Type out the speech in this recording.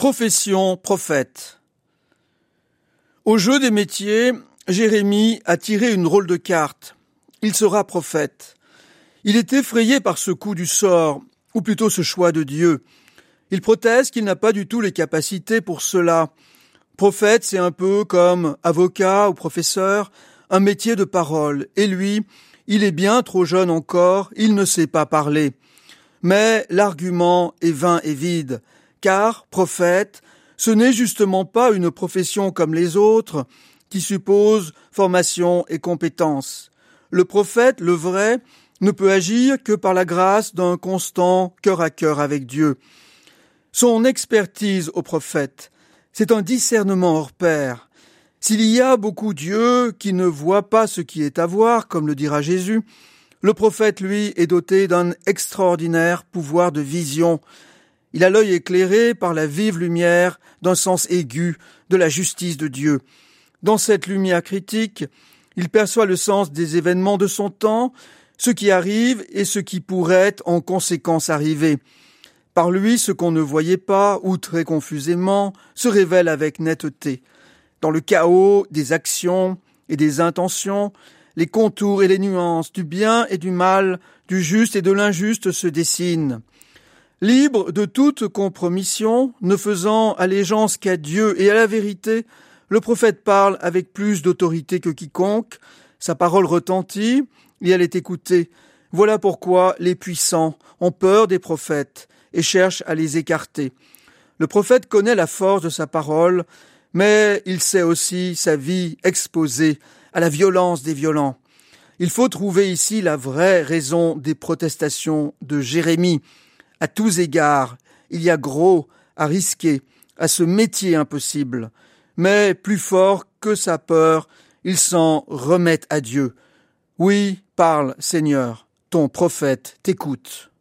Profession prophète. Au jeu des métiers, Jérémie a tiré une drôle de carte. Il sera prophète. Il est effrayé par ce coup du sort, ou plutôt ce choix de Dieu. Il proteste qu'il n'a pas du tout les capacités pour cela. Prophète, c'est un peu comme avocat ou professeur, un métier de parole. Et lui, il est bien trop jeune encore, il ne sait pas parler. Mais l'argument est vain et vide, car, prophète, ce n'est justement pas une profession comme les autres, qui suppose formation et compétence. Le prophète, le vrai, ne peut agir que par la grâce d'un constant cœur à cœur avec Dieu. Son expertise au prophète, c'est un discernement hors pair. S'il y a beaucoup d'yeux qui ne voient pas ce qui est à voir, comme le dira Jésus, le prophète, lui, est doté d'un extraordinaire pouvoir de vision. Il a l'œil éclairé par la vive lumière d'un sens aigu de la justice de Dieu. Dans cette lumière critique, il perçoit le sens des événements de son temps, ce qui arrive et ce qui pourrait en conséquence arriver. Par lui, ce qu'on ne voyait pas, ou très confusément, se révèle avec netteté. Dans le chaos des actions et des intentions, les contours et les nuances du bien et du mal, du juste et de l'injuste se dessinent. Libre de toute compromission, ne faisant allégeance qu'à Dieu et à la vérité, le prophète parle avec plus d'autorité que quiconque, sa parole retentit et elle est écoutée. Voilà pourquoi les puissants ont peur des prophètes et cherchent à les écarter. Le prophète connaît la force de sa parole, mais il sait aussi sa vie exposée à la violence des violents. Il faut trouver ici la vraie raison des protestations de Jérémie. À tous égards, il y a gros à risquer à ce métier impossible. Mais plus fort que sa peur, il s'en remet à Dieu. Oui, parle, Seigneur, ton prophète t'écoute.